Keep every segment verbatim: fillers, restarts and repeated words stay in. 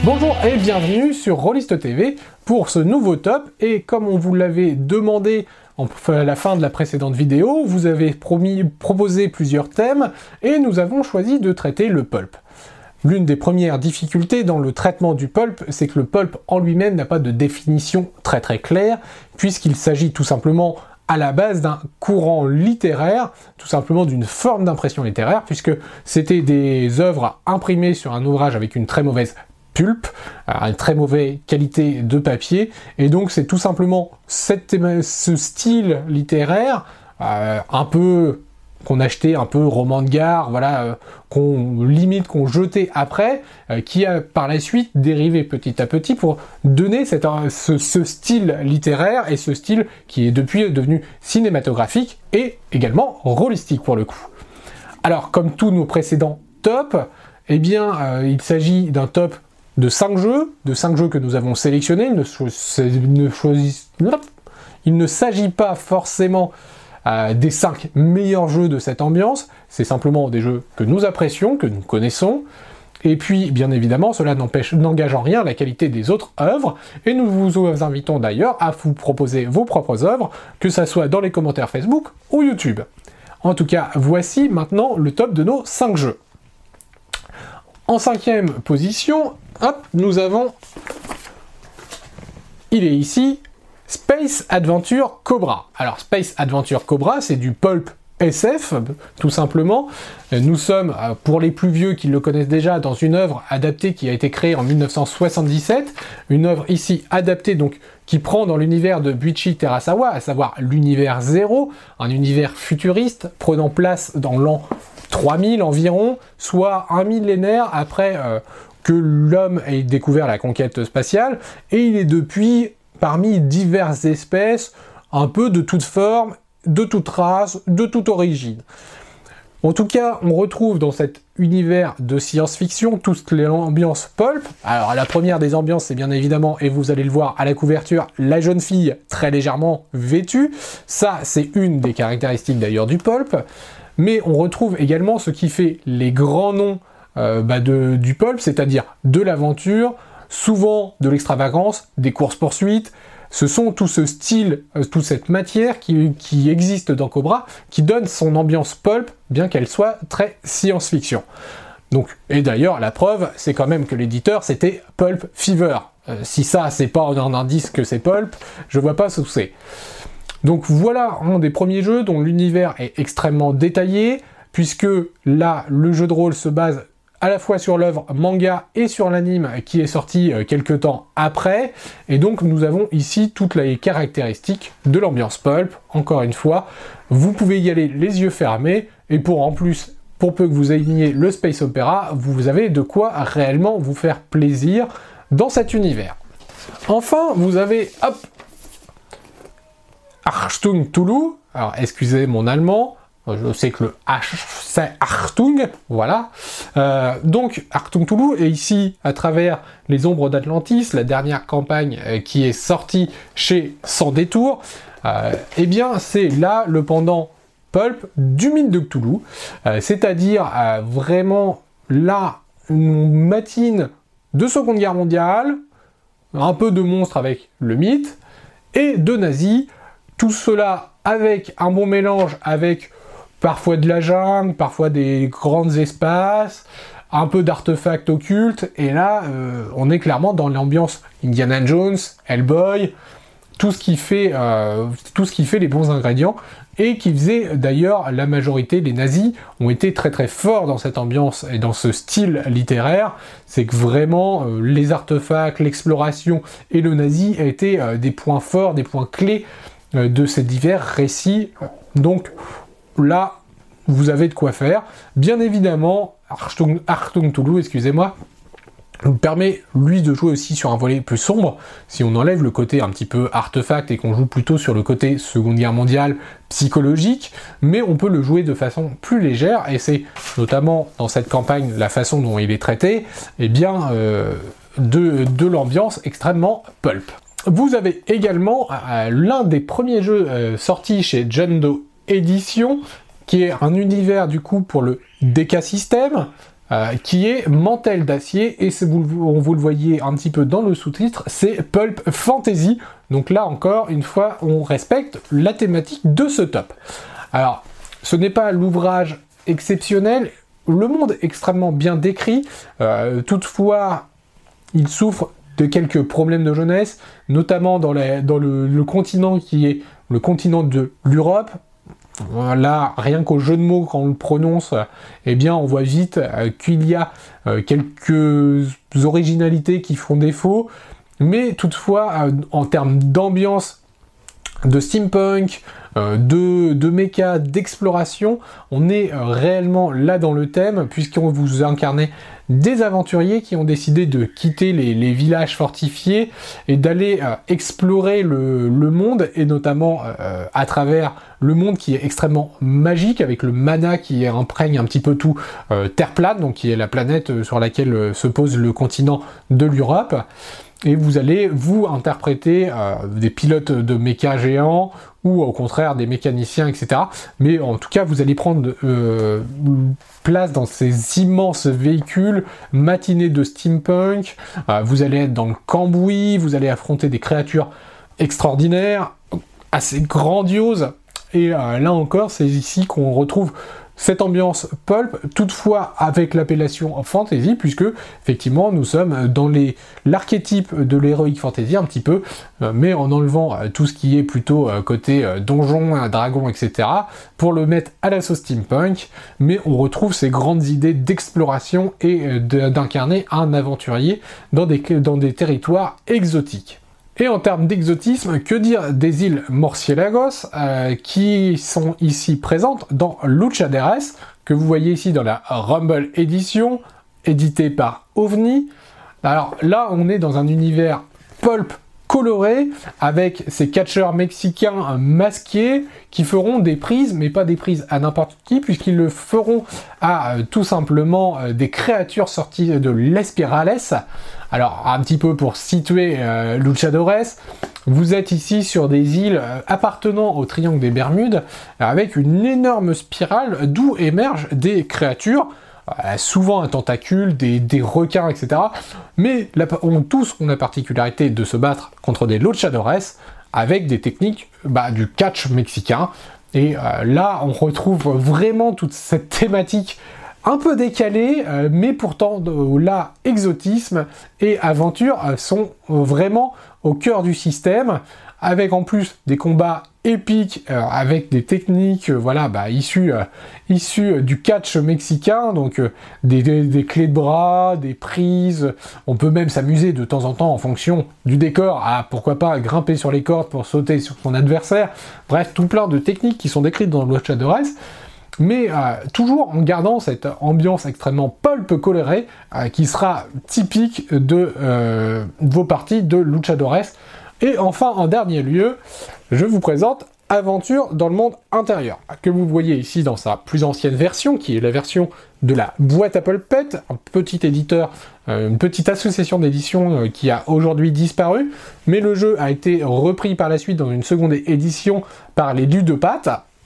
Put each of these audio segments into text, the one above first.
Bonjour et bienvenue sur Rollist T V pour ce nouveau top, et comme on vous l'avait demandé à la fin de la précédente vidéo, vous avez promis, proposé plusieurs thèmes et nous avons choisi de traiter le pulp. L'une des premières difficultés dans le traitement du pulp, c'est que le pulp en lui-même n'a pas de définition très très claire, puisqu'il s'agit tout simplement à la base d'un courant littéraire, tout simplement d'une forme d'impression littéraire, puisque c'était des œuvres imprimées sur un ouvrage avec une très mauvaise pulpe, une très mauvaise qualité de papier, et donc c'est tout simplement cette, ce style littéraire, euh, un peu qu'on achetait, un peu roman de gare, voilà, euh, qu'on limite, qu'on jetait après, euh, qui a par la suite dérivé petit à petit pour donner cette, euh, ce, ce style littéraire, et ce style qui est depuis devenu cinématographique et également rollistique pour le coup. Alors, comme tous nos précédents tops, eh bien, euh, il s'agit d'un top de cinq jeux, de cinq jeux que nous avons sélectionnés. Il ne, cho ne, choisit... il ne s'agit pas forcément euh, des cinq meilleurs jeux de cette ambiance, c'est simplement des jeux que nous apprécions, que nous connaissons, et puis bien évidemment cela n'engage en rien la qualité des autres œuvres, et nous vous invitons d'ailleurs à vous proposer vos propres œuvres, que ça soit dans les commentaires Facebook ou YouTube. En tout cas, voici maintenant le top de nos cinq jeux. En cinquième position, hop, nous avons, il est ici, Space Adventure Cobra. Alors Space Adventure Cobra, c'est du pulp S F, tout simplement. Nous sommes, pour les plus vieux qui le connaissent déjà, dans une œuvre adaptée qui a été créée en mille neuf cent soixante-dix-sept, une œuvre ici adaptée, donc qui prend dans l'univers de Buichi Terasawa, à savoir l'univers zéro, un univers futuriste prenant place dans l'an trois mille environ, soit un millénaire après euh, que l'homme ait découvert la conquête spatiale, et il est depuis parmi diverses espèces, un peu de toute forme, de toute race, de toute origine. En tout cas, on retrouve dans cet univers de science-fiction toute l'ambiance pulp. Alors la première des ambiances, c'est bien évidemment, et vous allez le voir à la couverture, la jeune fille très légèrement vêtue. Ça, c'est une des caractéristiques d'ailleurs du pulp. Mais on retrouve également ce qui fait les grands noms euh, bah de, du pulp, c'est-à-dire de l'aventure, souvent de l'extravagance, des courses-poursuites. Ce sont tout ce style, euh, toute cette matière qui, qui existe dans Cobra, qui donne son ambiance pulp, bien qu'elle soit très science-fiction. Donc, et d'ailleurs, la preuve, c'est quand même que l'éditeur, c'était Pulp Fever. Euh, si ça, c'est pas un indice que c'est pulp, je vois pas ce que c'est. Donc voilà un des premiers jeux dont l'univers est extrêmement détaillé, puisque là, le jeu de rôle se base à la fois sur l'œuvre manga et sur l'anime qui est sorti quelques temps après, et donc nous avons ici toutes les caractéristiques de l'ambiance pulp. Encore une fois, vous pouvez y aller les yeux fermés, et pour en plus, pour peu que vous aimiez le space opéra, vous avez de quoi réellement vous faire plaisir dans cet univers. Enfin, vous avez, hop, Achtung Cthulhu. Alors excusez mon allemand, je sais que le H c'est Achtung, voilà. Euh, donc Achtung Cthulhu est ici à travers les Ombres d'Atlantis, la dernière campagne euh, qui est sortie chez Sans Détour. Euh, eh bien c'est là le pendant pulp du mythe de Cthulhu, euh, c'est-à-dire euh, vraiment là une matine de Seconde Guerre mondiale, un peu de monstres avec le mythe, et de nazis. Tout cela avec un bon mélange, avec parfois de la jungle, parfois des grands espaces, un peu d'artefacts occultes, et là, euh, on est clairement dans l'ambiance Indiana Jones, Hellboy, tout ce qui fait, euh, tout ce qui fait les bons ingrédients, et qui faisait d'ailleurs la majorité, les nazis ont été très très forts dans cette ambiance et dans ce style littéraire. C'est que vraiment, euh, les artefacts, l'exploration et le nazi a été euh, des points forts, des points clés de ces divers récits. Donc là, vous avez de quoi faire. Bien évidemment, Achtung, Achtung Cthulhu, excusez-moi, nous permet, lui, de jouer aussi sur un volet plus sombre, si on enlève le côté un petit peu artefact et qu'on joue plutôt sur le côté Seconde Guerre mondiale psychologique, mais on peut le jouer de façon plus légère, et c'est notamment dans cette campagne, la façon dont il est traité, eh bien, euh, de, de l'ambiance extrêmement pulp. Vous avez également euh, l'un des premiers jeux euh, sortis chez John Doe Edition, qui est un univers du coup pour le D K System, euh, qui est Mantel d'acier, et vous, on vous le voyez un petit peu dans le sous-titre, c'est Pulp Fantasy. Donc là encore, une fois, on respecte la thématique de ce tome. Alors, ce n'est pas l'ouvrage exceptionnel, le monde est extrêmement bien décrit, euh, toutefois, il souffre de quelques problèmes de jeunesse, notamment dans, la, dans le, le continent qui est le continent de l'Europe. Là, rien qu'au jeu de mots, quand on le prononce, eh bien, on voit vite euh, qu'il y a euh, quelques originalités qui font défaut, mais toutefois, euh, en termes d'ambiance, de steampunk, euh, de, de méca, d'exploration, on est euh, réellement là dans le thème, puisqu'on vous incarnez des aventuriers qui ont décidé de quitter les, les villages fortifiés et d'aller euh, explorer le, le monde, et notamment euh, à travers le monde qui est extrêmement magique, avec le mana qui imprègne un petit peu tout euh, Terre plane, donc qui est la planète sur laquelle euh, se pose le continent de l'Europe. Et vous allez vous interpréter euh, des pilotes de méca géants, ou au contraire des mécaniciens, et cetera. Mais en tout cas, vous allez prendre euh, place dans ces immenses véhicules matinés de steampunk, euh, vous allez être dans le cambouis, vous allez affronter des créatures extraordinaires, assez grandioses, et euh, là encore, c'est ici qu'on retrouve cette ambiance pulp, toutefois avec l'appellation fantasy, puisque effectivement nous sommes dans les l'archétype de l'heroic fantasy un petit peu, euh, mais en enlevant euh, tout ce qui est plutôt euh, côté euh, donjon, euh, dragon, et cetera, pour le mettre à la sauce steampunk, mais on retrouve ces grandes idées d'exploration et euh, d'incarner un aventurier dans des, dans des territoires exotiques. Et en termes d'exotisme, que dire des îles Morciélagos, euh, qui sont ici présentes dans Luchadores, que vous voyez ici dans la Rumble Edition, édité par OVNI. Alors là, on est dans un univers pulp coloré, avec ces catcheurs mexicains masqués, qui feront des prises, mais pas des prises à n'importe qui, puisqu'ils le feront à euh, tout simplement euh, des créatures sorties de l'Espirales. Alors, un petit peu pour situer euh, Luchadores, vous êtes ici sur des îles euh, appartenant au triangle des Bermudes, avec une énorme spirale d'où émergent des créatures, euh, souvent un tentacule, des, des requins, et cetera. Mais la, on, tous ont la particularité de se battre contre des Luchadores avec des techniques bah, du catch mexicain. Et euh, là, on retrouve vraiment toute cette thématique un peu décalé, euh, mais pourtant euh, là, exotisme et aventure euh, sont euh, vraiment au cœur du système, avec en plus des combats épiques, euh, avec des techniques euh, voilà, bah, issues, euh, issues du catch mexicain, donc euh, des, des, des clés de bras, des prises, on peut même s'amuser de temps en temps en fonction du décor, à pourquoi pas grimper sur les cordes pour sauter sur son adversaire, bref, tout plein de techniques qui sont décrites dans Luchadores, mais euh, toujours en gardant cette ambiance extrêmement pulp colorée euh, qui sera typique de euh, vos parties de Luchadores. Et enfin, en dernier lieu, je vous présente Aventure dans le monde intérieur, que vous voyez ici dans sa plus ancienne version, qui est la version de la boîte à pulpette, un petit éditeur, euh, une petite association d'édition euh, qui a aujourd'hui disparu, mais le jeu a été repris par la suite dans une seconde édition par les Lus de Pâte.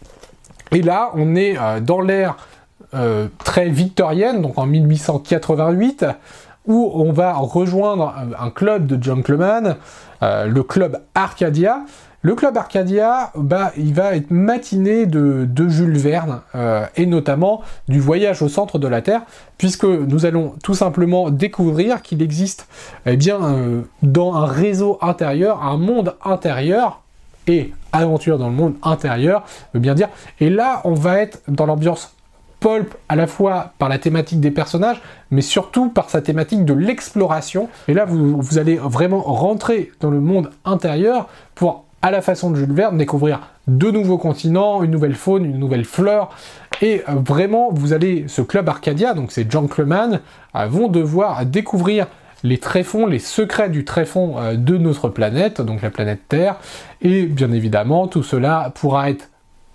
Et là, on est euh, dans l'ère euh, très victorienne, donc en mille huit cent quatre-vingt-huit, où on va rejoindre un, un club de gentlemen, euh, le club Arcadia. Le club Arcadia, bah, il va être matiné de, de Jules Verne, euh, et notamment du voyage au centre de la Terre, puisque nous allons tout simplement découvrir qu'il existe eh bien, euh, dans un réseau intérieur, un monde intérieur, et aventure dans le monde intérieur, veut bien dire. Et là, on va être dans l'ambiance pulp, à la fois par la thématique des personnages, mais surtout par sa thématique de l'exploration. Et là, vous, vous allez vraiment rentrer dans le monde intérieur pour, à la façon de Jules Verne, découvrir de nouveaux continents, une nouvelle faune, une nouvelle flore. Et euh, vraiment, vous allez, ce club Arcadia, donc ces gentlemen, euh, vont devoir découvrir les tréfonds, les secrets du tréfond euh, de notre planète, donc la planète Terre, et bien évidemment, tout cela pourra être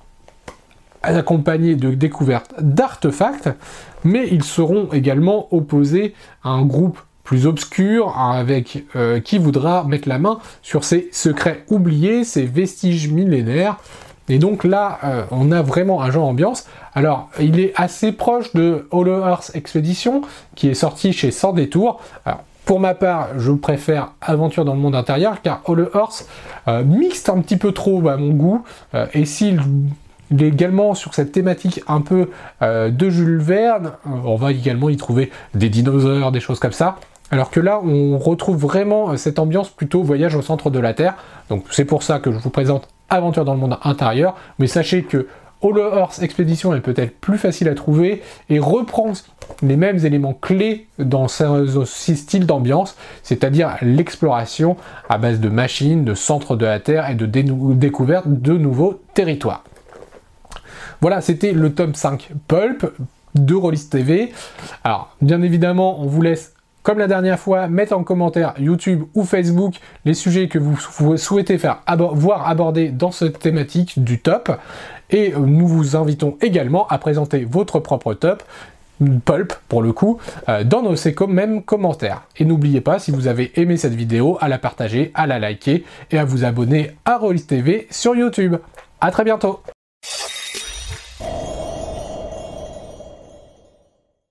accompagné de découvertes d'artefacts, mais ils seront également opposés à un groupe plus obscur, avec euh, qui voudra mettre la main sur ces secrets oubliés, ces vestiges millénaires, Et donc là, euh, on a vraiment un jeu ambiance. Alors, il est assez proche de Hollow Earth Expedition, qui est sorti chez Sans Détour. Alors, pour ma part, je préfère Aventure dans le monde intérieur, car Hollow Earth euh, mixe un petit peu trop à mon goût, euh, et s'il il est également sur cette thématique un peu euh, de Jules Verne, euh, on va également y trouver des dinosaures, des choses comme ça, alors que là, on retrouve vraiment cette ambiance plutôt voyage au centre de la Terre. Donc c'est pour ça que je vous présente Aventure dans le monde intérieur, mais sachez que Hollow Earth Expedition est peut-être plus facile à trouver et reprend les mêmes éléments clés dans ce style d'ambiance, c'est-à-dire l'exploration à base de machines, de centres de la Terre et de découverte de nouveaux territoires. Voilà, c'était le tome cinq Pulp de Rollis T V. Alors, bien évidemment, on vous laisse, comme la dernière fois, mettre en commentaire YouTube ou Facebook les sujets que vous souhaitez faire abor- voir abordés dans cette thématique du top. Et nous vous invitons également à présenter votre propre top, Pulp pour le coup, euh, dans nos ces mêmes commentaires. Et n'oubliez pas, si vous avez aimé cette vidéo, à la partager, à la liker et à vous abonner à Rollis T V sur YouTube. À très bientôt.